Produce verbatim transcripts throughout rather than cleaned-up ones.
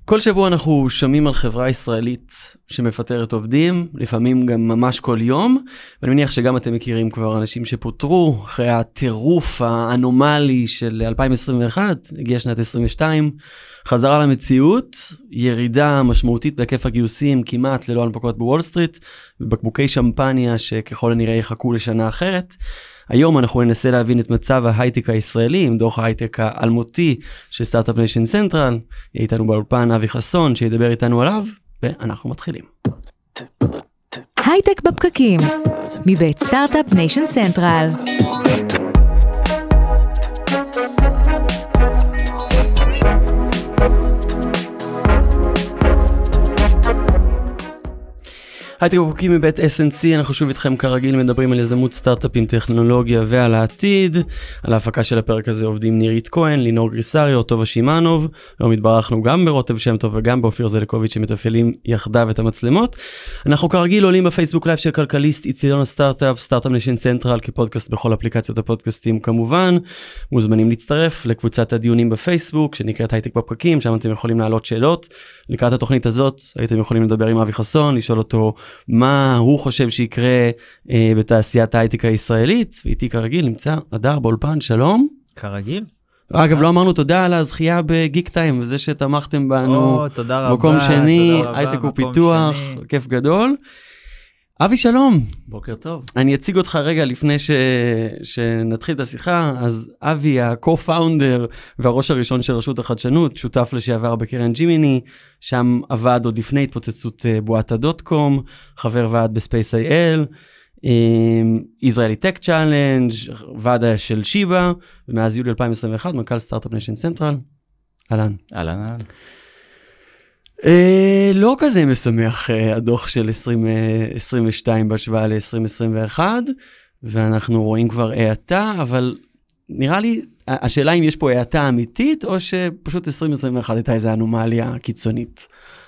כל שבוע אנחנו שומעים על חברה ישראלית שמפטרת עובדים, לפעמים גם ממש כל יום, ואני מניח שגם אתם מכירים כבר אנשים שפוטרו אחרי הטירוף האנומלי של אלפיים עשרים ואחת, הגיעה שנת עשרים ושתיים, חזרה למציאות, ירידה משמעותית בהיקף הגיוסים כמעט ללא הנפקות בוול סטריט, ובקבוקי שמפניה שככל הנראה יחכו לשנה אחרת. היום אנחנו ננסה להבין את מצב ההייטק הישראלי עם דוח ההייטק האלמותי של סטארט-אפ ניישן סנטרל. יהיה איתנו באולפן אבי חסון שידבר איתנו עליו, ואנחנו מתחילים. הייטק בפקקים, מבית סטארט-אפ ניישן סנטרל. הייטק בפקקים מבית אס אן סי, אנחנו שוב איתכם כרגיל מדברים על יזמות סטארט-אפים, טכנולוגיה ועל העתיד. על ההפקה של הפרק הזה עובדים נירית כהן, לינור גריסריו, טובה שימנוב, היום התברכנו גם ברוטב שם טוב וגם באופיר זלקוביץ' שמתפעלים יחדיו את המצלמות. אנחנו כרגיל עולים בפייסבוק לייב של כלכליסט, איצטדיון הסטארט-אפ, סטארט-אפ ניישן סנטרל כפודקאסט בכל אפליקציות הפודקאסטים כמובן. מוזמנים להצטרף לקבוצת הדיונים בפייסבוק שנקראת הייטק בפקקים, שם אתם יכולים להעלות שאלות. לקראת התוכנית הזאת הייתם יכולים לדבר עם אבי חסון, לשאול אותו מה הוא חושב שיקרה אה, בתעשיית ההייטק הישראלית, ואיתי כרגיל נמצא אדר באולפן, שלום. כרגיל. אגב, לא אמרנו תודה על הזכייה בגיק טיים, וזה שתמכתם בנו. או, תודה רבה. מקום שני, תודה רבה, הייטק ופיתוח, שני. כיף גדול. אבי, שלום. בוקר טוב. אני אציג אותך רגע לפני ש... שנתחיל את השיחה. אז אבי, ה-co-founder והראש הראשון של רשות החדשנות, שותף לשעבר בקרן ג'ימיני, שם עבד עוד לפני התפוצצות בועטה דוט קום, חבר ועד בספייס איי אל, ישראלי טק צ'אלנג', ועד של שיבה, ומאז יולי אלפיים עשרים ואחת, מנכ"ל סטארט-אפ ניישן סנטרל. אהלן. אהלן, אהלן. Uh, לא כזה משמח uh, הדוח של עשרים עשרים ושתיים בהשוואה ל-עשרים עשרים ואחת, ואנחנו רואים כבר האטה, אבל נראה לי, השאלה אם יש פה האטה אמיתית, או שפשוט עשרים עשרים ואחת הייתה איזו אנומליה קיצונית.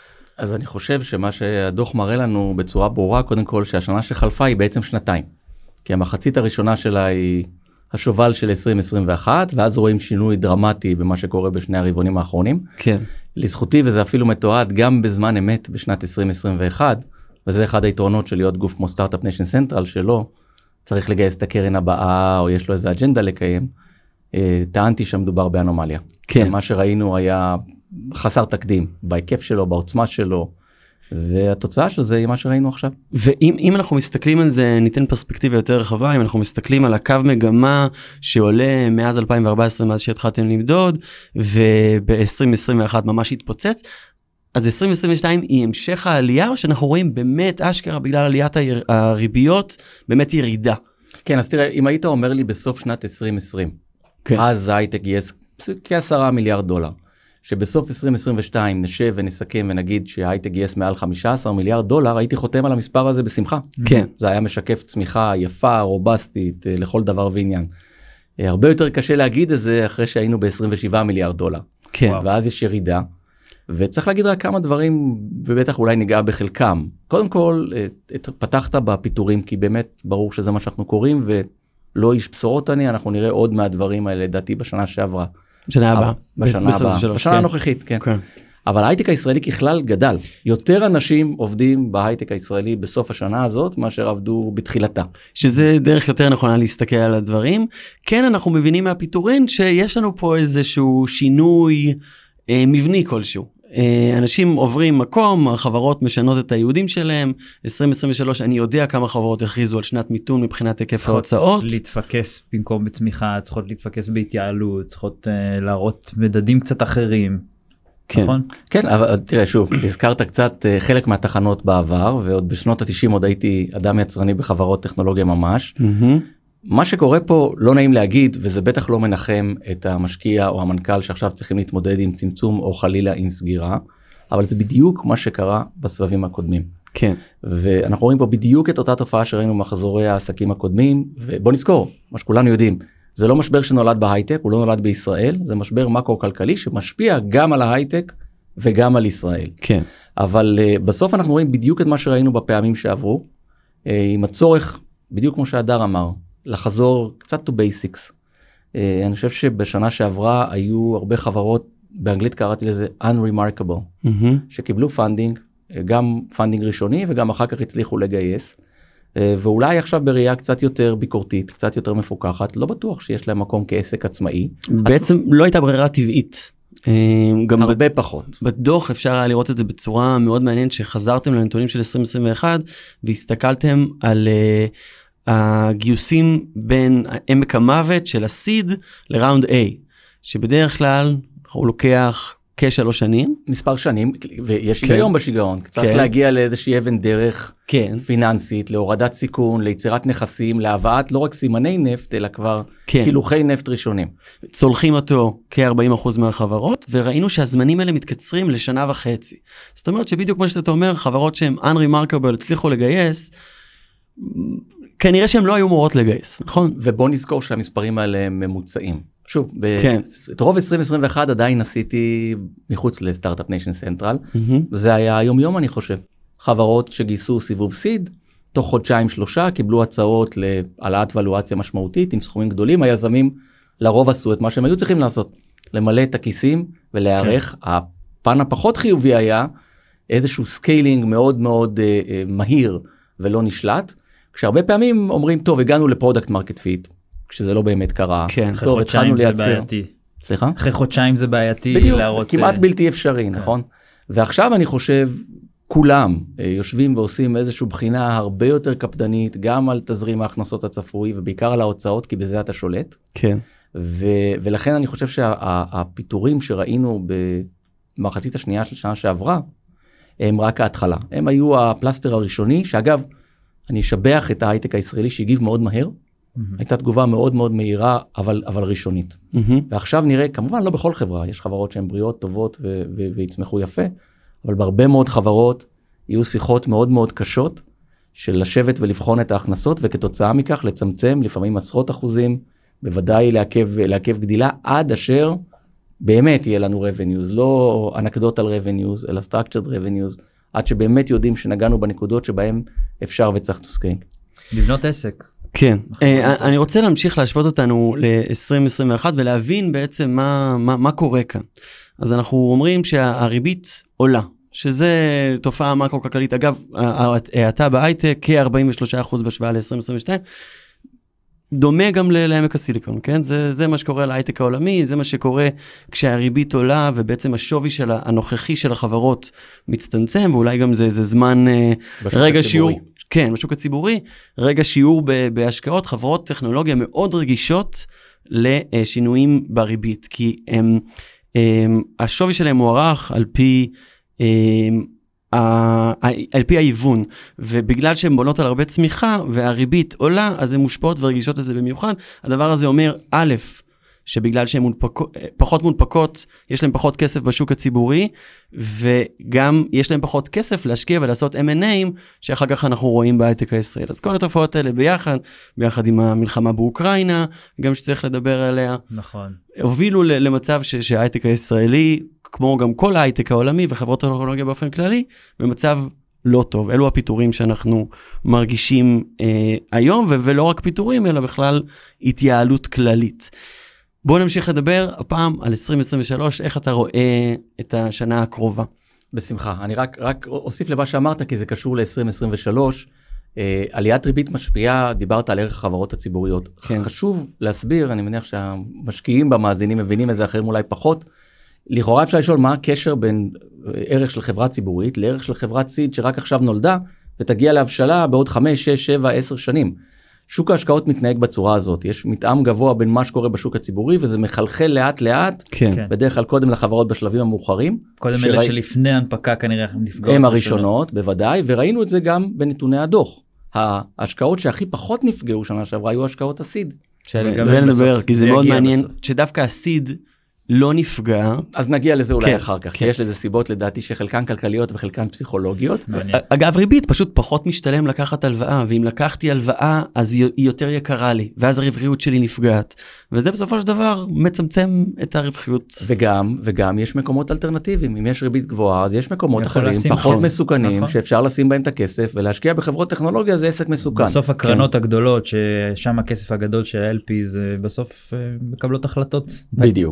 אז אני חושב שמה שהדוח מראה לנו בצורה ברורה, קודם כל שהשנה שחלפה היא בעצם שנתיים, כי המחצית הראשונה שלה היא השובל של עשרים עשרים ואחת, ואז רואים שינוי דרמטי במה שקורה בשני הרבעונים האחרונים. כן. לזכותי, וזה אפילו מתועד גם בזמן אמת בשנת עשרים עשרים ואחת, וזה אחד היתרונות של להיות גוף כמו סטארט-אפ ניישן סנטרל, שלא צריך לגייס את הקרן הבאה, או יש לו איזו אג'נדה לקיים. טענתי שמדובר באנומליה. כן. מה שראינו היה חסר תקדים, בהיקף שלו, בעוצמה שלו, והתוצאה של זה היא מה שראינו עכשיו. ואם אם אנחנו מסתכלים על זה, ניתן פרספקטיבה יותר רחבה, אם אנחנו מסתכלים על הקו מגמה שעולה מאז אלפיים וארבע עשרה, מאז שהתחלתם למדוד, וב-עשרים עשרים ואחת ממש התפוצץ, אז עשרים עשרים ושתיים היא המשך העלייה, או שאנחנו רואים באמת אשכרה בגלל עליית הריביות, באמת ירידה? כן, אז תראה, אם היית אומר לי בסוף שנת עשרים עשרים, כן. אז ההייטק גייס כעשרה מיליארד דולר, שבסוף עשרים עשרים ושתיים נשב ונסכם ונגיד שההייטק גייס מעל חמישה עשר מיליארד דולר, הייתי חותם על המספר הזה בשמחה. כן. זה היה משקף צמיחה יפה, רובסטית, לכל דבר ועניין. הרבה יותר קשה להגיד את זה אחרי שהיינו ב-עשרים ושבעה מיליארד דולר. כן. ואז יש ירידה, וצריך להגיד רק כמה דברים, ובטח אולי ניגע בחלקם. קודם כל, פתחת בפיתורים, כי באמת ברור שזה מה שאנחנו קוראים, ולא איש בשורות אני, אנחנו נראה עוד מהדברים האלה, לדעתי בשנה שעברה. בשנה הבאה. בשנה הבאה. בשנה הנוכחית, כן. אבל ההייטק הישראלי ככלל גדל. יותר אנשים עובדים בהייטק הישראלי בסוף השנה הזאת, מאשר עבדו בתחילתה. שזה דרך יותר נכונה להסתכל על הדברים. כן, אנחנו מבינים מהפיתורין שיש לנו פה איזשהו שינוי אה, מבני כלשהו. אה, אנשים עוברים מקום, החברות משנות את היהודים שלהם. עשרים עשרים ושלוש, אני יודע כמה חברות הכריזו על שנת מיתון מבחינת היקף ההוצאות. צריכות להתפקס במקום בצמיחה, צריכות להתפקס בהתייעלות, צריכות אה, להראות מדדים קצת אחרים. כן. נכון? כן, אבל תראה שוב, הזכרת קצת חלק מהתחנות בעבר, ועוד בשנות ה-תשעים עוד הייתי אדם יצרני בחברות טכנולוגיה ממש. Mm-hmm. מה שקורה פה לא נעים להגיד, וזה בטח לא מנחם את המשקיע או המנכ"ל שעכשיו צריכים להתמודד עם צמצום או חלילה עם סגירה, אבל זה בדיוק מה שקרה בסבבים הקודמים. כן. ואנחנו רואים פה בדיוק את אותה תופעה שראינו מחזורי העסקים הקודמים, ובוא נזכור, מה שכולנו יודעים, זה לא משבר שנולד בהייטק, הוא לא נולד בישראל, זה משבר מקרו-כלכלי שמשפיע גם על ההייטק וגם על ישראל. כן. אבל uh, בסוף אנחנו רואים בדיוק את מה שראינו בפעמים שעברו, uh, עם הצורך, בדיוק כמו שהדר אמר, לחזור קצת to basics. Uh, אני חושב שבשנה שעברה היו הרבה חברות באנגלית קראתי לזה unremarkable, Mm-hmm. שקיבלו פנדינג, גם פנדינג ראשוני וגם אחר כך הצליחו לגייס, ואולי עכשיו בראייה קצת יותר ביקורתית, קצת יותר מפוקחת, לא בטוח שיש להם מקום כעסק עצמאי. בעצם עצ... לא הייתה ברירה טבעית. גם הרבה ב... פחות. בדוח אפשר היה לראות את זה בצורה מאוד מעניינת, שחזרתם לנתונים של עשרים עשרים ואחת, והסתכלתם על uh, הגיוסים בין עמק המוות של הסיד לראונד A, שבדרך כלל הוא לוקח כשלוש שנים. מספר שנים, ויש כן. היגיון בשיגעון. צריך כן. להגיע לאיזושהי אבן דרך כן. פיננסית, להורדת סיכון, ליצירת נכסים, להבאת לא רק סימני נפט, אלא כבר כן. קילוחי נפט ראשונים. צולחים אותו כ-ארבעים אחוז מהחברות, וראינו שהזמנים האלה מתקצרים לשנה וחצי. זאת אומרת שבדיוק כמו שאתה אומר, חברות שהן unremarkable הצליחו לגייס, כנראה שהן לא היו מורות לגייס, נכון? ובוא נזכור שהמספרים האלה הם ממוצעים. שוב, כן. את רוב עשרים עשרים ואחת עדיין עשיתי מחוץ לסטארט-אפ ניישן סנטרל, mm-hmm. זה היה היום יום אני חושב. חברות שגייסו סיבוב סיד, תוך חודשיים שלושה קיבלו הצעות להעלאת ולואציה משמעותית עם סכומים גדולים, היזמים לרוב עשו את מה שהם היו צריכים לעשות, למלא את הכיסים ולהערך. כן. הפן הפחות חיובי היה איזשהו סקיילינג מאוד מאוד uh, uh, מהיר ולא נשלט, כשהרבה פעמים אומרים טוב הגענו לפרודקט מרקט פיט, כשזה לא באמת קרה. כן, אחרי חודשיים זה בעייתי. סליחה? אחרי חודשיים זה בעייתי. בדיוק, זה כמעט בלתי אפשרי, נכון? ועכשיו אני חושב, כולם יושבים ועושים איזושהי בחינה הרבה יותר קפדנית, גם על תזרים ההכנסות הצפוי, ובעיקר על ההוצאות, כי בזה אתה שולט. כן. ולכן אני חושב שהפיתורים שראינו במחצית השנייה של שנה שעברה, הם רק ההתחלה. הם היו הפלסטר הראשוני, שאגב, אני אשבח את ההייטק הישראלי שהגיב מאוד מהר, Mm-hmm. הייתה תגובה מאוד מאוד מהירה, אבל, אבל ראשונית. Mm-hmm. ועכשיו נראה, כמובן לא בכל חברה, יש חברות שהן בריאות, טובות ו- ו- ויצמחו יפה, אבל בהרבה מאוד חברות יהיו שיחות מאוד מאוד קשות, של לשבת ולבחון את ההכנסות, וכתוצאה מכך לצמצם לפעמים עשרות אחוזים, בוודאי לעכב, לעכב גדילה, עד אשר באמת יהיה לנו revenues, לא אנקדוט על revenues, אלא structured revenues, עד שבאמת יודעים שנגענו בנקודות שבהם אפשר וצריך to scale. לבנות עסק. כן, אני רוצה להמשיך להשוות אותנו ל-עשרים עשרים ואחת ולהבין בעצם מה, מה, מה קורה כאן. אז אנחנו אומרים שהריבית עולה, שזה תופעה מקרו-כלכלית. אגב, ההאטה בהייטק כ-ארבעים ושלושה אחוז בהשוואה ל-עשרים עשרים ושתיים, דומה גם לעמק הסיליקון, כן? זה, זה מה שקורה להייטק העולמי, זה מה שקורה כשהריבית עולה, ובעצם השווי של הנוכחי של החברות מצטמצם, ואולי גם זה, זה זמן, רגע שיעור, כן, בשוק הציבורי, רגע שיעור בהשקעות, חברות טכנולוגיה מאוד רגישות לשינויים בריבית, כי הם, הם, השווי שלהם מוערך על פי, הם, על פי האיוון, ובגלל שהן בונות על הרבה צמיחה, והריבית עולה, אז הן מושפעות ורגישות לזה במיוחד. הדבר הזה אומר, א', שבגלל שהן מונפקות, פחות מונפקות, יש להן פחות כסף בשוק הציבורי, וגם יש להן פחות כסף להשקיע ולעשות אם אנד אי'ים, שאחר כך אנחנו רואים בהייטק הישראל. אז כל התופעות האלה ביחד, ביחד עם המלחמה באוקראינה, גם שצריך לדבר עליה. נכון. הובילו למצב ש- שההייטק הישראלי, כמו גם כל ההייטק העולמי וחברות טכנולוגיה באופן כללי, במצב לא טוב. אלו הפיתורים שאנחנו מרגישים אה, היום, ו- ולא רק פיתורים, אלא בכלל התייעלות כללית. בואו נמשיך לדבר הפעם על עשרים עשרים ושלוש, איך אתה רואה את השנה הקרובה. בשמחה, אני רק, רק אוסיף למה שאמרת, כי זה קשור ל-עשרים עשרים ושלוש, אה, עליית ריבית משפיעה, דיברת על ערך החברות הציבוריות. כן. חשוב להסביר, אני מניח שהמשקיעים במאזינים מבינים איזה אחרים אולי פחות, לכאורה אפשר לשאול מה הקשר בין ערך של חברה ציבורית לערך של חברת סיד שרק עכשיו נולדה, ותגיע להבשלה בעוד חמש, שש, שבע, עשר שנים. שוק ההשקעות מתנהג בצורה הזאת, יש מתאם גבוה בין מה שקורה בשוק הציבורי, וזה מחלחל לאט לאט, כן. בדרך כלל קודם לחברות בשלבים המאוחרים. קודם שראי... אלה שלפני הנפקה כנראה נפגעות. הם הראשונות, בוודאי, וראינו את זה גם בנתוני הדוח. ההשקעות שהכי פחות נפגעו שנה שעברה, היו השקעות הסיד. זה נדבר, כי זה מאוד מעניין, שדווקא הסיד לא נפגע. אז נגיע לזה אולי כן, אחר כך, כן. כי יש לזה סיבות לדעתי שחלקן כלכליות וחלקן פסיכולוגיות. אגב, ריבית פשוט פחות משתלם לקחת הלוואה, ואם לקחתי הלוואה אז היא יותר יקרה לי, ואז הרווחיות שלי נפגעת, וזה בסופו של דבר מצמצם את הרווחיות. וגם, וגם יש מקומות אלטרנטיביים, אם יש ריבית גבוהה, אז יש מקומות אחרים, פחות נכון. מסוכנים, נכון. שאפשר לשים בהם את הכסף, ולהשקיע בחברות טכנולוגיה זה עסק מסוכן. בסוף הקרנות כן. הגדולות, ששם הכסף הגדול של ה-אל פי'ז, בסוף מקבלות החלטות. בדיוק.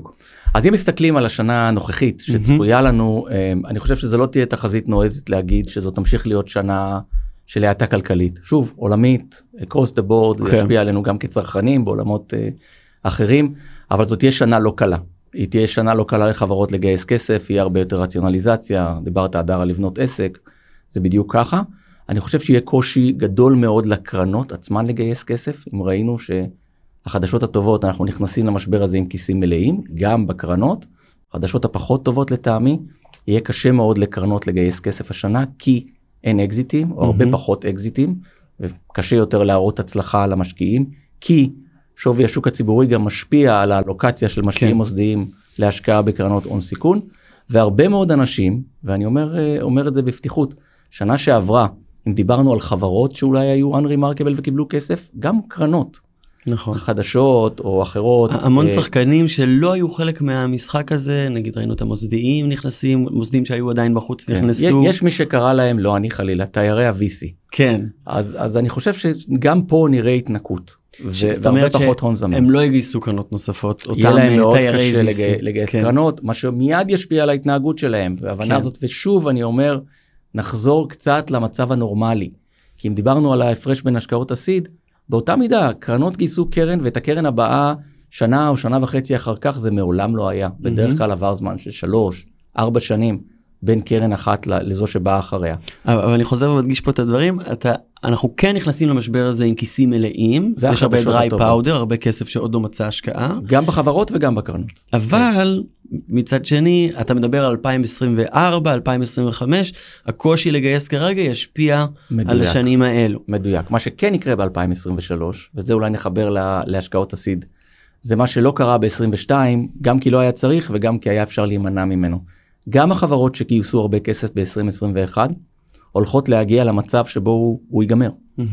אז אם מסתכלים על השנה הנוכחית שצפויה לנו, אני חושב שזה לא תהיה תחזית נועזת להגיד שזאת תמשיך להיות שנה של האטה כלכלית. שוב, עולמית, across the board, זה ישפיע עלינו גם כצרכנים בעולמות אחרים, אבל זאת תהיה שנה לא קלה. היא תהיה שנה לא קלה לחברות לגייס כסף, יהיה הרבה יותר רציונליזציה, דיברת עדר על לבנות עסק, זה בדיוק ככה. אני חושב שיהיה קושי גדול מאוד לקרנות עצמן לגייס כסף, אם ראינו שהחדשות הטובות, אנחנו נכנסים למשבר הזה עם כיסים מלאים, גם בקרנות, החדשות הפחות טובות לטעמי, יהיה קשה מאוד לקרנות לגייס כסף השנה, כי אין אקזיטים, או הרבה פחות אקזיטים, וקשה יותר להראות הצלחה למשקיעים, כי שווי השוק הציבורי גם משפיע על הלוקציה של משקיעים מוסדיים להשקעה בקרנות הון סיכון, והרבה מאוד אנשים, ואני אומר, אומר את זה בפתיחות, שנה שעברה, אם דיברנו על חברות שאולי היו unremarkable וקיבלו כסף, גם קרנות. נכון. חדשות או אחרות. המון שחקנים שלא היו חלק מהמשחק הזה, נגיד ראינו את המוסדיים נכנסים, מוסדים שהיו עדיין בחוץ נכנסו. יש מי שקרא להם, לא אני חלילה, תיירי ה-וי סי. כן. אז, אז אני חושב שגם פה נראה התנקות. זאת אומרת שהם לא יגייסו קרנות נוספות, יהיה להם מאוד קשה לגייס קרנות, מה שמיד ישפיע על ההתנהגות שלהם, וההבנה הזאת, ושוב אני אומר, נחזור קצת למצב הנורמלי, כי אם דיברנו על ההפרש בין השקעות הסיד, באותה מידה, קרנות גייסו קרן, ואת הקרן הבאה, שנה או שנה וחצי אחר כך, זה מעולם לא היה. בדרך כלל עבר זמן של שלוש, ארבע שנים, בין קרן אחת לזו שבאה אחריה. אבל אני חוזר ומדגיש פה את הדברים, אתה, אנחנו כן נכנסים למשבר הזה עם כיסים מלאים, יש הרבה דרי פאודר, הרבה כסף שעוד לא מצא השקעה. גם בחברות וגם בקרנות. אבל מצד שני, אתה מדבר על אלפיים עשרים וארבע, אלפיים עשרים וחמש, הקושי לגייס כרגע ישפיע מדויק, על השנים האלו. מדויק. מה שכן יקרה ב-אלפיים עשרים ושלוש, וזה אולי נחבר לה, להשקעות הסיד, זה מה שלא קרה ב-עשרים ושתיים, גם כי לא היה צריך וגם כי היה אפשר להימנע ממנו. גם החברות שגייסו הרבה כסף ב-עשרים עשרים ואחת, הולכות להגיע למצב שבו הוא, הוא ייגמר. Mm-hmm.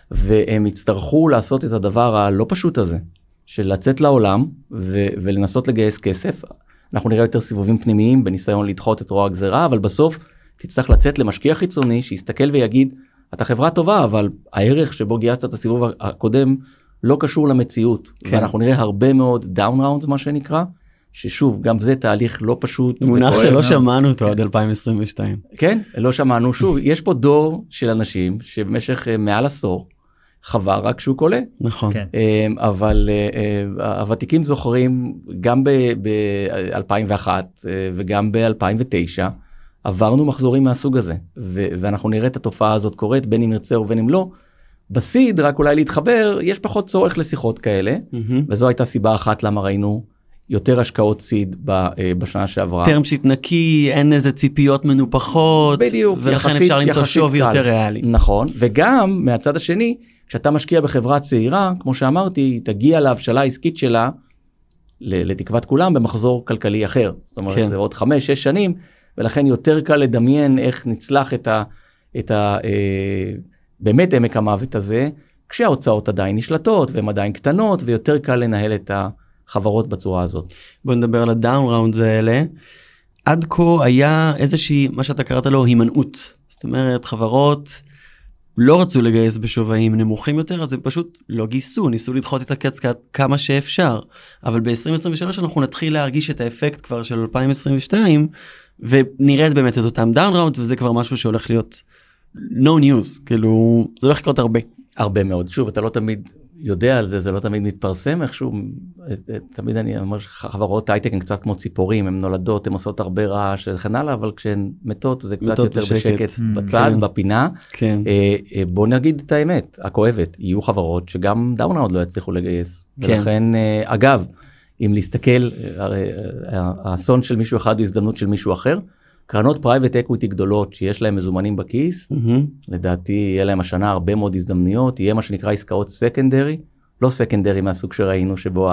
והם יצטרכו לעשות את הדבר הלא פשוט הזה, של לצאת לעולם ו- ולנסות לגייס כסף. אנחנו נראה יותר סיבובים פנימיים בניסיון לדחות את רוע הגזרה, אבל בסוף תצטרך לצאת למשקיע חיצוני שיסתכל ויגיד, אתה חברה טובה, אבל הערך שבו גייסת את הסיבוב הקודם לא קשור למציאות. כן. ואנחנו נראה הרבה מאוד דאון ראונדס, מה שנקרא, ששוב, גם זה תהליך לא פשוט. מונח שלא שמענו אותו עד אלפיים עשרים ושתיים. כן, לא שמענו. שוב, יש פה דור של אנשים שבמשך מעל עשור חווה רק שוק עולה. נכון. אבל הוותיקים זוכרים גם ב-אלפיים ואחת וגם ב-אלפיים ותשע, עברנו מחזורים מהסוג הזה, ואנחנו נראה את התופעה הזאת קורית, בין אם נרצה ובין אם לא. בסיד, רק אולי להתחבר, יש פחות צורך לשיחות כאלה, וזו הייתה סיבה אחת למה ראינו יותר השקעות סיד בשנה שעברה. טרם שיט נקי, אין איזה ציפיות מנופחות, בדיוק, ולכן יחסית, אפשר למצוא שווי יותר ריאלי. נכון, וגם מהצד השני, כשאתה משקיע בחברה צעירה, כמו שאמרתי, תגיע להבשלה העסקית שלה, לתקוות כולם, במחזור כלכלי אחר. זאת אומרת, כן. זה עוד חמש, שש שנים, ולכן יותר קל לדמיין איך נצלח את ה... את ה אה, באמת עמק המוות הזה, כשההוצאות עדיין נשלטות, והן עדיין קטנות, ויותר קל לנהל את החברות בצורה הזאת. בוא נדבר על הדאון ראונדס האלה. עד כה היה איזושהי, מה שאתה קראת לו, הימנעות. זאת אומרת, חברות לא רצו לגייס בשווים נמוכים יותר, אז הם פשוט לא גייסו, ניסו לדחות את הקץ כמה שאפשר. אבל ב-עשרים עשרים ושלוש אנחנו נתחיל להרגיש את האפקט כבר של אלפיים עשרים ושתיים, ונראית באמת את אותם דאון ראונדס, וזה כבר משהו שהולך להיות no news, כאילו, זה הולך לקרות הרבה. הרבה מאוד. שוב, אתה לא תמיד יודע על זה, זה לא תמיד מתפרסם, איכשהו, תמיד אני אומר שחברות הייטק הן קצת כמו ציפורים, הן נולדות, הן עושות הרבה רעש וכן הלאה, אבל כשהן מתות זה קצת יותר בשקט בצד, בפינה. בוא נגיד את האמת, הכואבת, יהיו חברות שגם דאון-ראונד לא יצליחו לגייס. ולכן, אגב, אם להסתכל, האסון של מישהו אחד הוא הזדמנות של מישהו אחר, קרנות פרייבט אקוויטי גדולות שיש להם מזומנים בכיס, לדעתי יהיה להם השנה הרבה מאוד הזדמנויות, יהיה מה שנקרא עסקאות סקנדרי, לא סקנדרי מהסוג שראינו שבו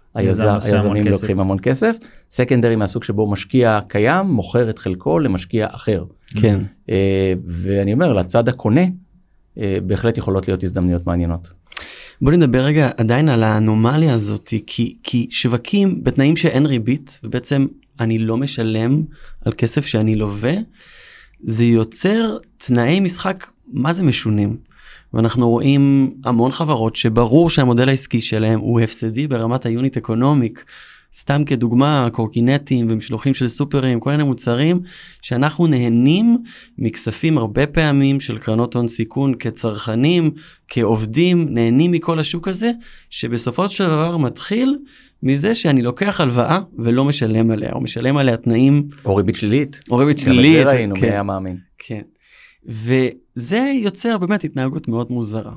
היזמים לוקחים המון כסף, סקנדרי מהסוג שבו משקיע קיים, מוכר את חלקו למשקיע אחר. כן. ואני אומר, לצד הקונה, בהחלט יכולות להיות הזדמנויות מעניינות. בוא נדבר רגע עדיין על האנומליה הזאת, כי, כי שווקים בתנאים שאין ריבית, ובעצם אני לא משלם על כסף שאני לווה, זה יוצר תנאי משחק, מה זה משונים? ואנחנו רואים המון חברות שברור שהמודל העסקי שלהם הוא הפסדי ברמת היוניט אקונומיק, סתם כדוגמה, קורקינטים ומשלוחים של סופרים, כל מיני מוצרים שאנחנו נהנים מכספים הרבה פעמים של קרנות הון סיכון כצרכנים, כעובדים, נהנים מכל השוק הזה, שבסופו של דבר מתחיל מזה שאני לוקח הלוואה ולא משלם עליה, או משלם עליה תנאים... או ריבית שלילית. או ריבית שלילית. גם את זה ראינו, כן, מי היה מאמין. כן. וזה יוצר באמת התנהגות מאוד מוזרה.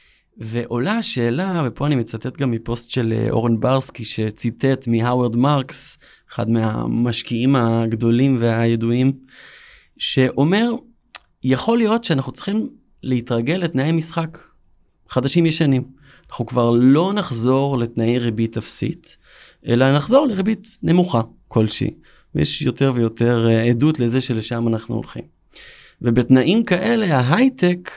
ועולה השאלה, ופה אני מצטט גם מפוסט של אורן ברסקי, שציטט מהאוורד מרקס, אחד מהמשקיעים הגדולים והידועים, שאומר, יכול להיות שאנחנו צריכים להתרגל לתנאי משחק חדשים ישנים. אנחנו כבר לא נחזור לתנאי ריבית אפסית, אלא נחזור לריבית נמוכה כלשהי. ויש יותר ויותר עדות לזה שלשם אנחנו הולכים. ובתנאים כאלה, ההייטק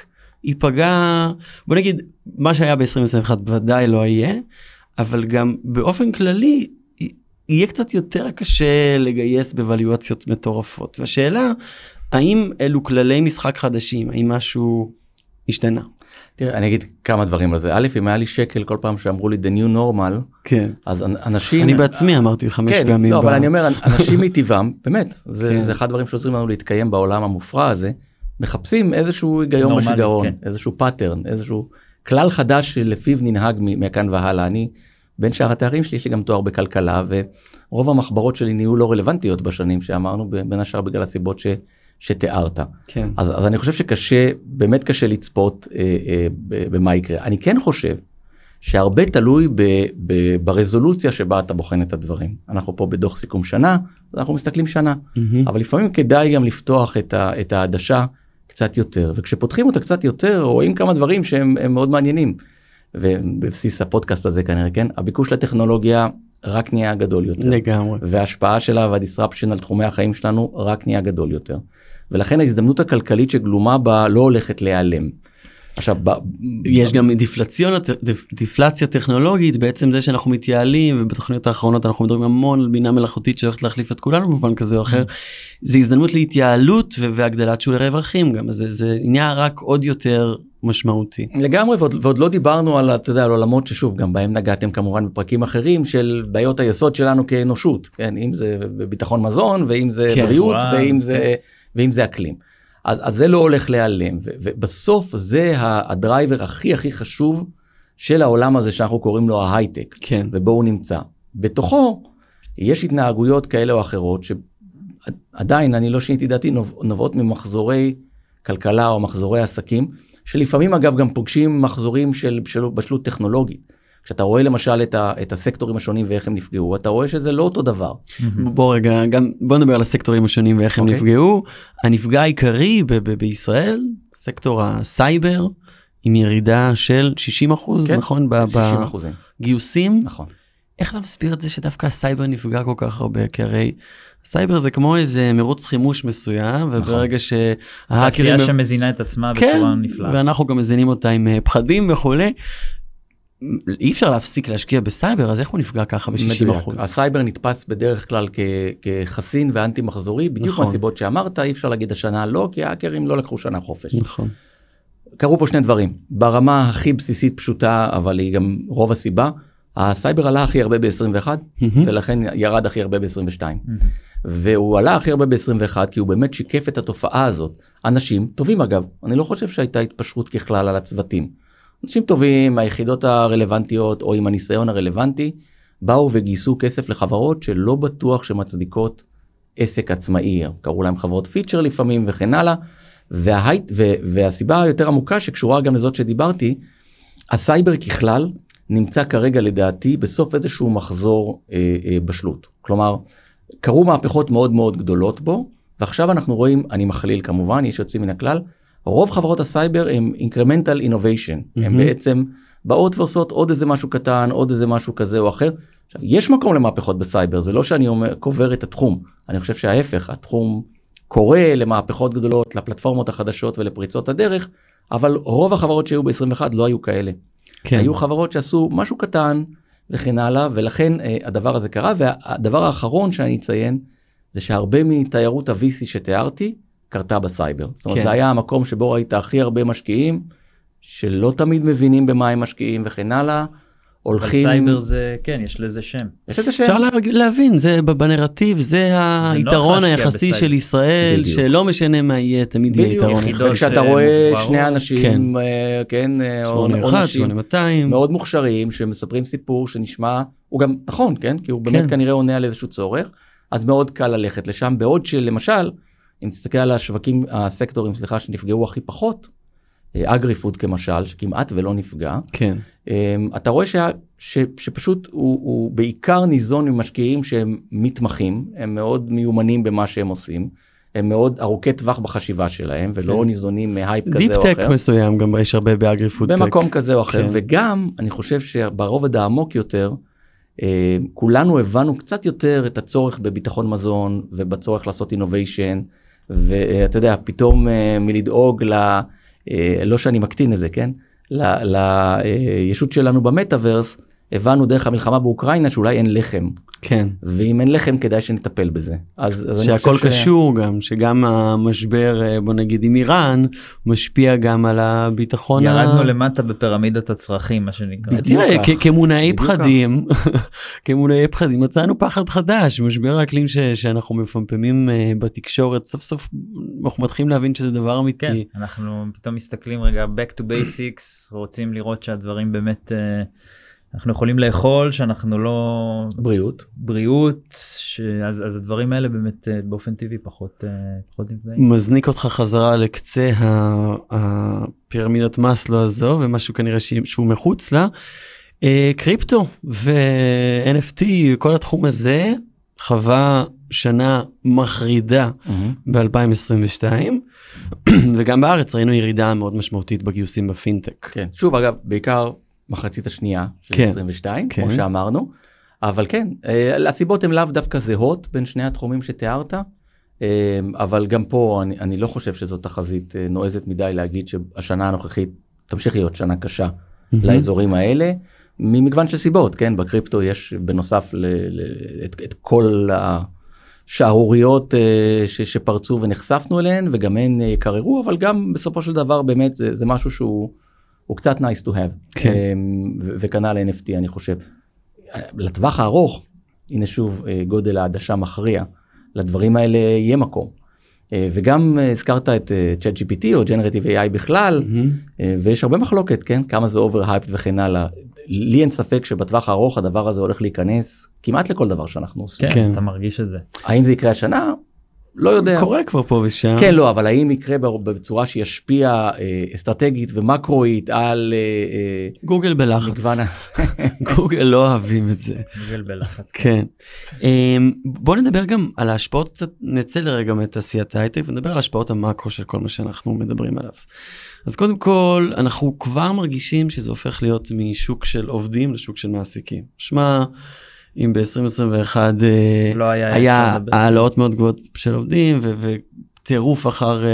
ייפגע, בוא נגיד, מה שהיה ב-עשרים עשרים ואחת ודאי לא יהיה, אבל גם באופן כללי, יהיה קצת יותר קשה לגייס בוואליואציות מטורפות. והשאלה, האם אלו כללי משחק חדשים? האם משהו השתנה? תראה, אני אגיד כמה דברים על זה. א', אם היה לי שקל כל פעם שאמרו לי the new normal, כן. אז אנשים... אני בעצמי אמרתי חמש כן, פעמים. לא, ב... אבל אני אומר, אנשים מטבעם, באמת, זה, כן. זה אחד הדברים שעוזרים לנו להתקיים בעולם המופרע הזה, מחפשים איזשהו היגיון נורמלי, בשיגעון, כן. איזשהו פאטרן, איזשהו כלל חדש שלפיו ננהג מכאן והלאה. אני, בין שאר התארים שלי, יש לי גם תואר בכלכלה, ורוב המחברות שלי נהיו לא רלוונטיות בשנים שאמרנו, בין השאר בגלל הסיבות ש... שתיארת. כן. אז, אז אני חושב שקשה, באמת קשה לצפות אה, אה, במה יקרה. אני כן חושב שהרבה תלוי ב, ב, ברזולוציה שבה אתה בוחן את הדברים. אנחנו פה בדוח סיכום שנה, אנחנו מסתכלים שנה, Mm-hmm. אבל לפעמים כדאי גם לפתוח את, ה, את העדשה קצת יותר, וכשפותחים אותה קצת יותר, רואים כמה דברים שהם מאוד מעניינים, ובבסיס הפודקאסט הזה כנראה, כן, הביקוש לטכנולוגיה רק נהיה גדול יותר. לגמרי. וההשפעה שלה והדיסרפשן על תחומי החיים שלנו רק נהיה גדול יותר. ולכן ההזדמנות הכלכלית שגלומה בה לא הולכת להיעלם. עכשיו, ב... יש גם דיפלציון, דיפלציה טכנולוגית, בעצם זה שאנחנו מתייעלים, ובתוכניות האחרונות אנחנו מדברים המון על בינה מלאכותית שהולכת להחליף את כולנו במובן כזה או אחר, זה הזדמנות להתייעלות והגדלת שולי רווחים גם, אז זה, זה נהיה רק עוד יותר משמעותי. לגמרי, ועוד, ועוד לא דיברנו על, אתה יודע, על עולמות ששוב, גם בהם נגעתם כמובן בפרקים אחרים של בעיות היסוד שלנו כאנושות, כן, אם זה ביטחון מזון, ואם זה כן, בריאות, וואו. ואם זה, ואם זה אקלים. אז, אז זה לא הולך להיעלם, ו, ובסוף זה הדרייבר הכי הכי חשוב של העולם הזה שאנחנו קוראים לו ההייטק, כן. ובו הוא נמצא. בתוכו יש התנהגויות כאלה או אחרות, שעדיין אני לא שיניתי דעתי, נובעות ממחזורי כלכלה או מחזורי עסקים, שלפעמים אגב גם פוגשים מחזורים של בשלות טכנולוגית. כשאתה רואה למשל את, ה, את הסקטורים השונים ואיך הם נפגעו, אתה רואה שזה לא אותו דבר. בוא רגע, גם, בוא נדבר על הסקטורים השונים ואיך הם okay. נפגעו. הנפגע העיקרי ב- ב- בישראל, סקטור הסייבר, עם ירידה של שישים אחוז, כן? נכון? שישים אחוזים. בגיוסים. נכון. איך אתה מסביר את זה שדווקא הסייבר נפגע כל כך הרבה? כי הרי הסייבר זה כמו איזה מרוץ חימוש מסוים, וברגע שההאקרים... תעשייה שמזינה את עצמה בצורה נפלאה. כן, ואנחנו גם מזינים אותה עם פחדים וכולי. אי אפשר להפסיק להשקיע בסייבר, אז איך הוא נפגע ככה ב-שישים אחוז? הסייבר נתפס בדרך כלל כחסין ואנטי מחזורי, בדיוק מהסיבות שאמרת, אי אפשר להגיד השנה לא, כי ההאקרים לא לקחו שנה חופש. נכון. קרו פה שני דברים, ברמה הכי בסיסית פשוטה, אבל היא גם רוב הסיבה, הסייבר עלה הכי הרבה ב-עשרים ואחת, ולכן ירד הכי הרבה ב-עשרים ושתיים. והוא עלה הכי הרבה ב-עשרים ואחת, כי הוא באמת שיקף את התופעה הזאת. אנשים טובים אגב, אני לא חושב שהייתה התפשרות ככלל על הצוותים. אנשים טובים, היחידות הרלוונטיות או עם הניסיון הרלוונטי, באו וגייסו כסף לחברות שלא בטוח שמצדיקות עסק עצמאי, קראו להם חברות פיצ'ר לפעמים וכן הלאה, וההייט, ו, והסיבה היותר עמוקה שקשורה גם לזאת שדיברתי, הסייבר ככלל נמצא כרגע לדעתי בסוף איזשהו מחזור אה, אה, בשלות. כלומר, קרו מהפכות מאוד מאוד גדולות בו, ועכשיו אנחנו רואים, אני מכליל כמובן, יש יוצאים מן הכלל, רוב חברות הסייבר הם incremental innovation, mm-hmm. הם בעצם באות ועושות עוד איזה משהו קטן, עוד איזה משהו כזה או אחר. עכשיו, יש מקום למהפכות בסייבר, זה לא שאני אומר, קובר את התחום, אני חושב שההפך, התחום קורא למהפכות גדולות, לפלטפורמות החדשות ולפריצות הדרך, אבל רוב החברות שהיו ב-עשרים ואחת לא היו כאלה. כן. היו חברות שעשו משהו קטן וכן הלאה, ולכן אה, הדבר הזה קרה, והדבר האחרון שאני אציין, זה שהרבה מתיירות ה-וי סי שתיארתי, קרתה בסייבר. זאת אומרת, כן. זה היה המקום שבו ראית הכי הרבה משקיעים, שלא תמיד מבינים במה הם משקיעים וכן הלאה, הולכים... אבל סייבר זה, כן, יש לזה שם. יש לזה שם. אפשר לה, להבין, זה בנרטיב, זה היתרון היחסי של ישראל, בדיוק. שלא משנה מה יהיה, תמיד יהיה יתרון יחסי. כשאתה רואה שני אנשים, כן, כן שמונה אחת, שמונה מאתיים. מאוד מוכשרים, שמספרים סיפור שנשמע, הוא גם נכון, כן? כי הוא באמת כן. כנראה עונה על איזשהו צורך, אז מאוד קל ללכת לשם, בעוד שלמשל, אם תסתכל על השווקים, הסקטורים, סליחה, שנפגעו הכי פחות, אגרי-פוד כמשל, שכמעט ולא נפגע, כן. אתה רואה ש, ש, שפשוט הוא, הוא בעיקר ניזון ממשקיעים שהם מתמחים, הם מאוד מיומנים במה שהם עושים, הם מאוד ארוכי טווח בחשיבה שלהם, ולא כן. ניזונים מהייפ כזה או אחר. דיפ-טק מסוים, גם יש הרבה באגרי-פוד טק. במקום כזה או אחר, כן. וגם אני חושב שברובד העמוק יותר, כולנו הבנו קצת יותר את הצורך בביטחון מזון, ובצורך לעשות אינוביישן, ואתה יודע, פתאום מלדאוג ל... לא שאני מקטין את זה, כן? לישות שלנו במטאברס, הבנו דרך המלחמה באוקראינה שאולי אין לחם. כן. ואם אין לחם כדאי שנטפל בזה. אז, אז שהכל קשור ש... גם, שגם המשבר, בוא נגיד עם איראן, משפיע גם על הביטחון. ירדנו ה... למטה בפירמידת הצרכים, מה שנקרא. תראה, כמונעי פחדים, כמונעי פחדים, מצאנו פחד חדש, משבר האקלים ש... שאנחנו מפמפמים בתקשורת, סוף סוף אנחנו מתחילים להבין שזה דבר אמיתי. כן, אנחנו פתאום מסתכלים רגע, back to basics, רוצים לראות שהדברים באמת... אנחנו יכולים לאכול, שאנחנו לא... בריאות. בריאות, ש... אז, אז הדברים האלה באמת באופן טבעי פחות, פחות נפגעים. מזניק אותך חזרה לקצה הפירמידת מאסלו הזו, ומשהו כנראה שהוא מחוץ לה. קריפטו ו-אן אף טי, כל התחום הזה, חווה שנה מחרידה ב-אלפיים עשרים ושתיים, וגם בארץ ראינו ירידה מאוד משמעותית בגיוסים בפינטק. כן, שוב אגב, בעיקר... מחצית השנייה של כן, עשרים ושתיים, כן. כמו שאמרנו, אבל כן, הסיבות הן לאו דווקא זהות בין שני התחומים שתיארת, אבל גם פה אני, אני לא חושב שזאת תחזית נועזת מדי להגיד שהשנה הנוכחית תמשיך להיות שנה קשה mm-hmm. לאזורים האלה, ממגוון של סיבות, כן, בקריפטו יש בנוסף ל, ל, את, את כל השערוריות ש, שפרצו ונחשפנו אליהן, וגם הן יקררו, אבל גם בסופו של דבר באמת זה, זה משהו שהוא, הוא קצת nice to have, כן. וכנ"ל אן אף טי אני חושב. לטווח הארוך, הנה שוב גודל העדשה מכריע, לדברים האלה יהיה מקום. וגם הזכרת את צ'אט ג'י פי טי או Generative איי איי בכלל, mm-hmm. ויש הרבה מחלוקת, כן? כמה זה overhyped וכן הלאה. לי אין ספק שבטווח הארוך הדבר הזה הולך להיכנס כמעט לכל דבר שאנחנו עושים. כן, כן. אתה מרגיש את זה. האם זה יקרה השנה? לא יודע. קורה כבר פה ושם. כן, לא, אבל האם יקרה בצורה שישפיע אה, אסטרטגית ומקרואית על... אה, גוגל בלחץ. מגוון... גוגל לא אוהבים את זה. גוגל בלחץ. כן. בוא נדבר גם על ההשפעות, קצת נצא לרגע מתעשיית ההייטק, ונדבר על השפעות המקרו של כל מה שאנחנו מדברים עליו. אז קודם כל, אנחנו כבר מרגישים שזה הופך להיות משוק של עובדים לשוק של מעסיקים. שמה... אם ב-עשרים עשרים ואחת לא היה, היה העלאות מאוד גבוהות של עובדים וטירוף אחר,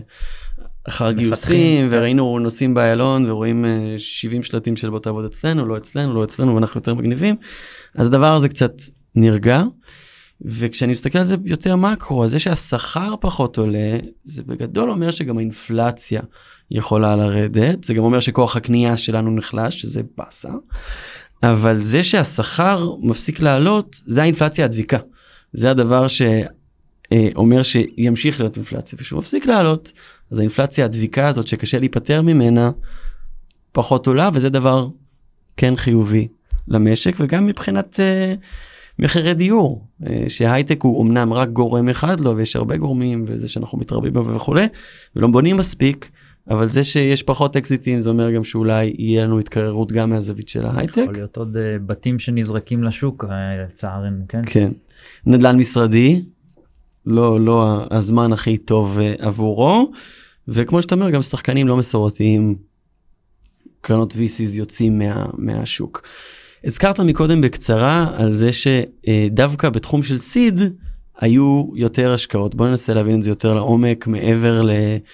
אחר גיוסים, וראינו נוסעים באיילון ורואים שבעים שלטים של בוא תעבוד אצלנו, לא אצלנו, לא אצלנו, ואנחנו יותר מגניבים. אז הדבר הזה קצת נרגע, וכשאני מסתכל על זה יותר מקרו, אז זה שהשכר פחות עולה, זה בגדול אומר שגם האינפלציה יכולה לרדת, זה גם אומר שכוח הקנייה שלנו נחלש, שזה בסה. אבל זה שהשכר מפסיק לעלות, זה האינפלציה הדביקה. זה הדבר שאומר שימשיך להיות אינפלציה, ושהוא מפסיק לעלות, אז האינפלציה הדביקה הזאת שקשה להיפטר ממנה, פחות עולה, וזה דבר כן חיובי למשק, וגם מבחינת uh, מחירי דיור, uh, שההייטק הוא אמנם רק גורם אחד לו, ויש הרבה גורמים, וזה שאנחנו מתרבים בו וכו', ולא בונים מספיק, אבל זה שיש פחות אקזיטים, זה אומר גם שאולי יהיה לנו התקררות גם מהזווית של ההייטק. יכול להיות עוד uh, בתים שנזרקים לשוק, לצערנו, כן? כן. נדל"ן משרדי, לא, לא הזמן הכי טוב uh, עבורו, וכמו שאתה אומר, גם שחקנים לא מסורתיים, קרנות וי סי'ס יוצאים מה, מהשוק. הזכרת מקודם בקצרה על זה שדווקא בתחום של סיד, היו יותר השקעות. בואו ננסה להבין את זה יותר לעומק, מעבר ל...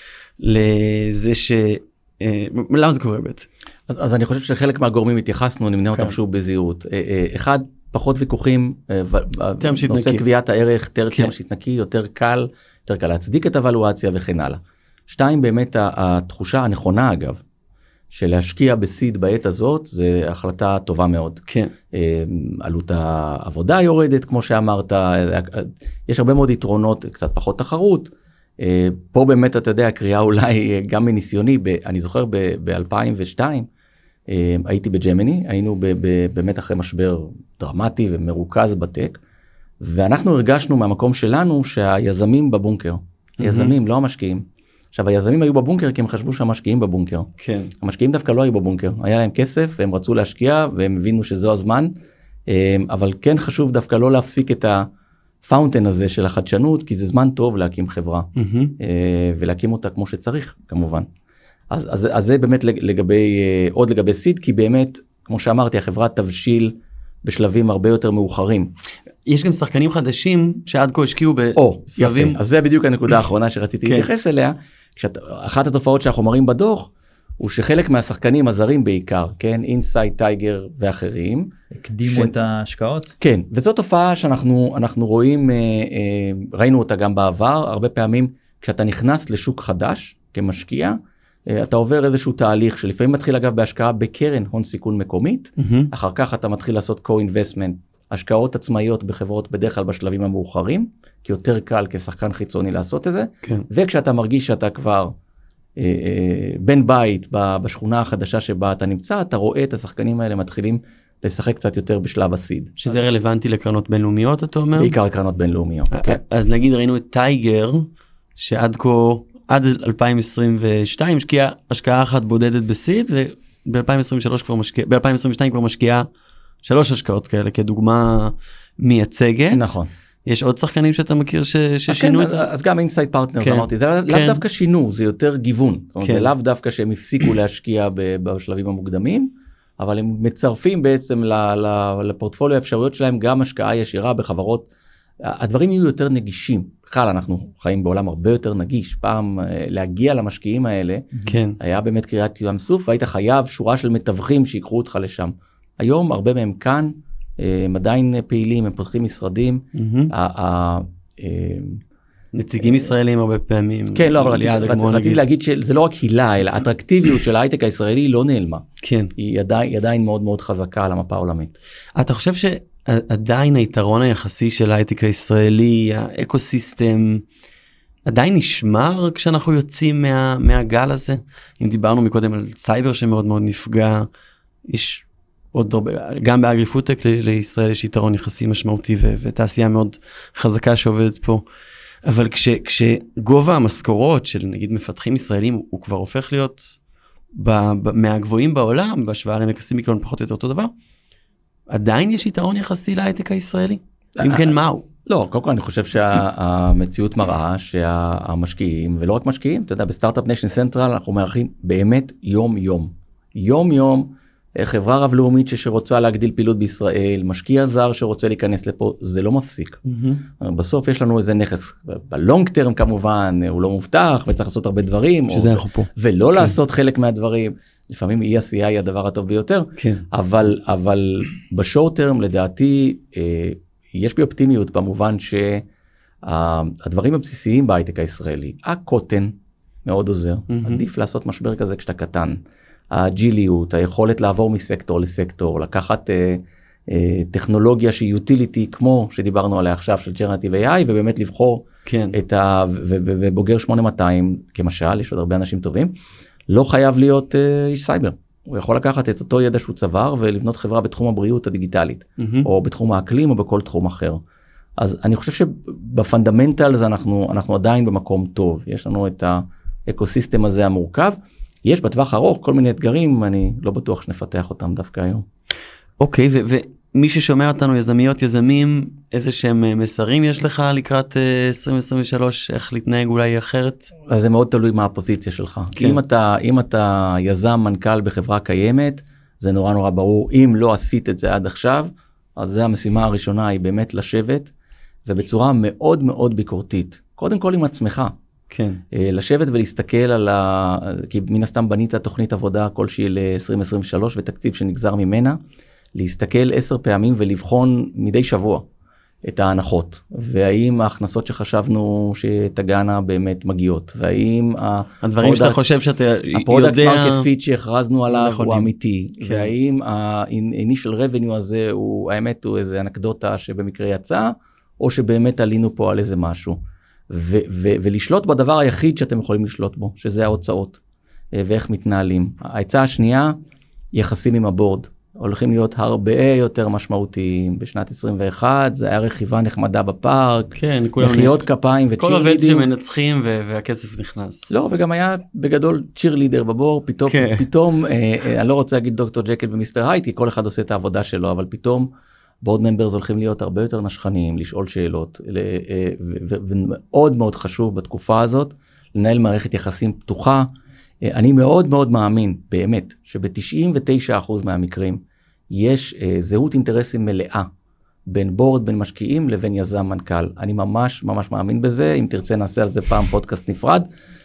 לזה ש... למה זה קורה בעצם? אז, אז אני חושב שחלק מהגורמים התייחסנו, נמנה אותם שוב בזהירות. אחד, פחות ויכוחים, נושא קביעת הערך, יותר טרם שיתנקי, יותר קל, יותר קל להצדיק את הוולואציה וכן הלאה. שתיים, באמת התחושה הנכונה אגב, שלהשקיע בסיד בעת הזאת, זה החלטה טובה מאוד. כן. עלות העבודה יורדת, כמו שאמרת, יש הרבה מאוד יתרונות, קצת פחות תחרות. פה באמת, אתה יודע, הקריאה אולי גם מניסיוני, אני זוכר ב-אלפיים ושתיים, הייתי בג'מיני, היינו באמת אחרי משבר דרמטי ומרוכז בטק, ואנחנו הרגשנו מהמקום שלנו שהיזמים בבונקר, היזמים, לא המשקיעים. עכשיו, היזמים היו בבונקר כי הם חשבו שהמשקיעים בבונקר. כן. המשקיעים דווקא לא היו בבונקר, היה להם כסף, והם רצו להשקיע, והם הבינו שזו הזמן, אבל כן חשוב דווקא לא להפסיק את הפאונטן הזה של החדשנות, כי זה זמן טוב להקים חברה, ולהקים אותה כמו שצריך, כמובן. אז, אז, אז זה באמת לגבי, עוד לגבי סיד, כי באמת, כמו שאמרתי, החברה תבשיל בשלבים הרבה יותר מאוחרים. יש גם שחקנים חדשים שעד כה השקיעו בסבבים. אז זה בדיוק הנקודה האחרונה שרציתי להתייחס אליה. אחת התופעות שאנחנו מראים בדוח, הוא שחלק מהשחקנים הזרים בעיקר, כן, אינסייד, טייגר ואחרים. הקדימו את ההשקעות? כן, וזו תופעה שאנחנו אנחנו רואים, ראינו אותה גם בעבר, הרבה פעמים כשאתה נכנס לשוק חדש כמשקיע, אתה עובר איזשהו תהליך שלפעמים מתחיל אגב בהשקעה בקרן הון סיכון מקומית, אחר כך אתה מתחיל לעשות co-investment, השקעות עצמאיות בחברות בדרך כלל בשלבים המאוחרים, כי יותר קל כשחקן חיצוני לעשות את זה, כן. וכשאתה מרגיש שאתה כבר אה, אה, בן בית בשכונה החדשה שבה אתה נמצא, אתה רואה את השחקנים האלה מתחילים לשחק קצת יותר בשלב הסיד. שזה רלוונטי לקרנות בינלאומיות, אתה אומר? בעיקר קרנות בינלאומיות, כן. אז נגיד ראינו את טייגר, שעד כה, עד אלפיים עשרים ושתיים השקיעה השקעה אחת בודדת בסיד, וב-אלפיים עשרים ושלוש כבר משקיעה, ב-אלפיים עשרים ושתיים כבר משקיעה שלוש השקעות כאלה, כדוגמה מייצגת. נכון. יש עוד שחקנים שאתה מכיר ש, ששינו את זה? אז גם אינסייד פרטנרס, כן. אמרתי, זה כן. לאו דווקא שינו, זה יותר גיוון. זאת אומרת, כן. זה לאו דווקא שהם הפסיקו להשקיע בשלבים המוקדמים, אבל הם מצרפים בעצם לפורטפוליו האפשרויות שלהם גם השקעה ישירה בחברות. הדברים יהיו יותר נגישים. בכלל, אנחנו חיים בעולם הרבה יותר נגיש. פעם להגיע למשקיעים האלה, כן. היה באמת קריאת ים סוף, והיית חייב שורה של מתווכים שיקחו אותך לשם. היום הרבה מהם כאן, הם עדיין פעילים, הם פותחים משרדים. נציגים ישראלים הרבה פעמים. כן, לא, אבל רציתי להגיד שזה לא רק הילה, אלא האטרקטיביות של ההייטק הישראלי לא נעלמה. כן. היא עדיין מאוד מאוד חזקה על המפה העולמית. אתה חושב שעדיין היתרון היחסי של ההייטק הישראלי, האקוסיסטם, עדיין נשמר כשאנחנו יוצאים מהגל הזה? אם דיברנו מקודם על סייבר שמאוד מאוד נפגע, יש... עוד הרבה, גם באגריפוטק לישראל יש יתרון יחסי משמעותי ו- ותעשייה מאוד חזקה שעובדת פה, אבל כש, כשגובה המשכורות של נגיד מפתחים ישראלים הוא, הוא כבר הופך להיות ב- ב- מהגבוהים בעולם, בהשוואה למקסים פחות או יותר אותו דבר, עדיין יש יתרון יחסי להייטק הישראלי? אם כן, מהו? לא, קודם כל אני חושב שהמציאות מראה שהמשקיעים, ולא רק משקיעים, אתה יודע, בסטארט-אפ ניישן סנטרל אנחנו מארחים באמת יום יום, יום יום, חברה רב-לאומית שרוצה להגדיל פעילות בישראל, משקיע זר שרוצה להיכנס לפה, זה לא מפסיק. Mm-hmm. בסוף יש לנו איזה נכס, בלונג טרם כמובן, הוא לא מובטח, וצריך לעשות הרבה דברים, שזה אנחנו פה. ולא כן. לעשות חלק מהדברים, לפעמים אי עשייה היא הדבר הטוב ביותר, כן. אבל, אבל בשורט טרם לדעתי, אה, יש בי אופטימיות במובן שהדברים הבסיסיים בהייטק הישראלי, הקוטן מאוד עוזר, mm-hmm. עדיף לעשות משבר כזה כשאתה קטן, הג'יליות, היכולת לעבור מסקטור לסקטור, לקחת אה, אה, טכנולוגיה שהיא utility כמו שדיברנו עליה עכשיו של Generative איי איי, ובאמת לבחור כן. את ה... ובוגר שמונה מאתיים, כמשל, יש עוד הרבה אנשים טובים, לא חייב להיות אה, איש סייבר. הוא יכול לקחת את אותו ידע שהוא צבר, ולבנות חברה בתחום הבריאות הדיגיטלית, mm-hmm. או בתחום האקלים, או בכל תחום אחר. אז אני חושב שבפונדמנטלס אנחנו, אנחנו עדיין במקום טוב. יש לנו את האקוסיסטם הזה המורכב, יש בטווח ארוך כל מיני אתגרים, אני לא בטוח שנפתח אותם דווקא היום. אוקיי, ומי ששומע אותנו, יזמיות, יזמים, איזה שהם מסרים יש לך לקראת עשרים עשרים ושלוש, איך להתנהג אולי אחרת? אז זה מאוד תלוי מה הפוזיציה שלך. כן. אם אתה, אם אתה יזם מנכ"ל בחברה קיימת, זה נורא נורא ברור. אם לא עשית את זה עד עכשיו, אז זה המשימה הראשונה, היא באמת לשבת, ובצורה מאוד מאוד ביקורתית. קודם כל עם עצמך. כן. לשבת ולהסתכל על ה... כי מן הסתם בנית תוכנית עבודה כלשהי ל-עשרים עשרים ושלוש ותקציב שנגזר ממנה, להסתכל עשר פעמים ולבחון מדי שבוע את ההנחות, והאם ההכנסות שחשבנו שתגענה באמת מגיעות, והאם הדברים שאתה חושב שאתה יודע... הפרודקט מרקט פיט שהכרזנו עליו הוא אמיתי, והאם ה-initial revenue הזה הוא, האמת הוא איזה אנקדוטה שבמקרה יצא, או שבאמת עלינו פה על איזה משהו, ולשלוט בדבר היחיד שאתם יכולים לשלוט בו, שזה ההוצאות, ואיך מתנהלים. ההצעה השנייה, יחסים עם הבורד. הולכים להיות הרבה יותר משמעותיים. בשנת עשרים ואחת זה היה רכיבה נחמדה בפארק, כן, מחיאות כפיים וצ'יר לידר. כל עובד שמנצחים והכסף נכנס. לא, וגם היה בגדול צ'יר לידר בבור, פתאום, כן. פתאום אה, אני לא רוצה להגיד דוקטור ג'קל ומיסטר הייט, כי כל אחד עושה את העבודה שלו, אבל פתאום בורד ממברס הולכים להיות הרבה יותר נשכניים, לשאול שאלות, ומאוד מאוד חשוב בתקופה הזאת, לנהל מערכת יחסים פתוחה. אני מאוד מאוד מאמין, באמת, שב-תשעים ותשעה אחוז מהמקרים, יש uh, זהות אינטרסים מלאה, בין בורד, בין משקיעים, לבין יזם מנכ"ל. אני ממש ממש מאמין בזה, אם תרצה נעשה על זה פעם פודקאסט נפרד,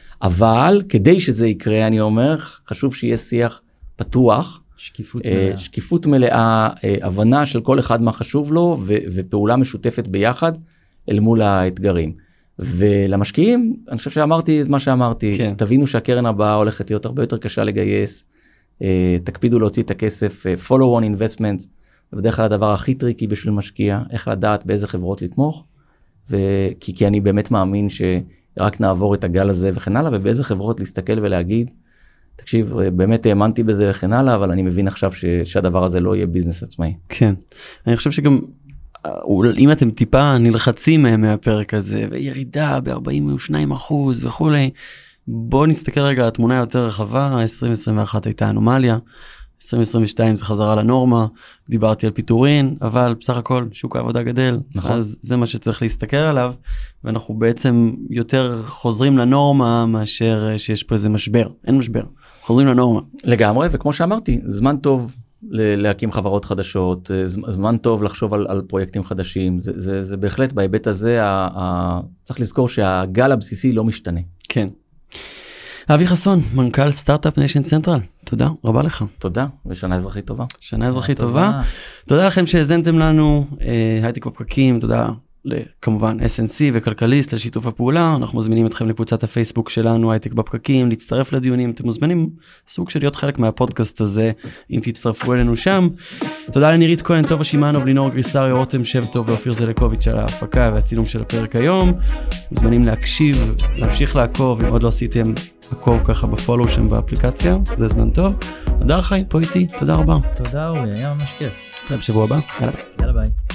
אבל כדי שזה יקרה, אני אומר, חשוב שיהיה שיח פתוח, שקיפות uh, מלאה, שקיפות מלאה, uh, הבנה של כל אחד מה חשוב לו, ו- ופעולה משותפת ביחד, אל מול האתגרים. ולמשקיעים, אני חושב שאמרתי את מה שאמרתי, כן. תבינו שהקרן הבאה הולכת להיות הרבה יותר קשה לגייס, תקפידו להוציא את הכסף, follow on investments, זה בדרך כלל הדבר הכי טריקי בשביל משקיע, איך לדעת באיזה חברות לתמוך, וכי, כי אני באמת מאמין שרק נעבור את הגל הזה וכן הלאה, ובאיזה חברות להסתכל ולהגיד, תקשיב, באמת האמנתי בזה וכן הלאה, אבל אני מבין עכשיו ש, שהדבר הזה לא יהיה ביזנס עצמאי. כן, אני חושב שגם, אם אתם טיפה נלחצים מהפרק הזה, וירידה ב-ארבעים ושניים אחוז וכולי, בואו נסתכל רגע על התמונה יותר רחבה, עשרים עשרים ואחת הייתה אנומליה, עשרים עשרים ושתיים זה חזרה לנורמה, דיברתי על פיטורין, אבל בסך הכל שוק העבודה גדל, נכון. אז זה מה שצריך להסתכל עליו, ואנחנו בעצם יותר חוזרים לנורמה מאשר שיש פה איזה משבר, אין משבר, חוזרים לנורמה. לגמרי, וכמו שאמרתי, זמן טוב להקים חברות חדשות, זמן טוב לחשוב על, על פרויקטים חדשים, זה, זה, זה בהחלט בהיבט הזה, ה, ה, צריך לזכור שהגל הבסיסי לא משתנה. כן. אבי חסון, מנכ"ל סטארט-אפ ניישן סנטרל, תודה רבה לך. תודה, ושנה אזרחית טובה. שנה אזרחית טובה. תודה לכם שהזנתם לנו, הייטק בפקקים, תודה כמובן אס אן סי וכלכליסט על שיתוף הפעולה, אנחנו מזמינים אתכם לקבוצת הפייסבוק שלנו, הייטק בפקקים, להצטרף לדיונים, אתם מוזמנים סוג של להיות חלק מהפודקאסט הזה, אם תצטרפו אלינו שם. תודה לנירית כהן, טובה שימאנוב, לינור גריסריו, רותם שם טוב ואופיר זלקוביץ' על ההפקה והצילום של הפרק היום. מוזמנים להקשיב, להמשיך לעקוב, אם עוד לא עשיתם עקוב ככה בפולו שם באפליקציה, זה זמן טוב. תודה לך, פה איתי, תודה רבה. תודה אורי, היה ממש כיף. בשבוע הבא, יאללה. יאללה ביי.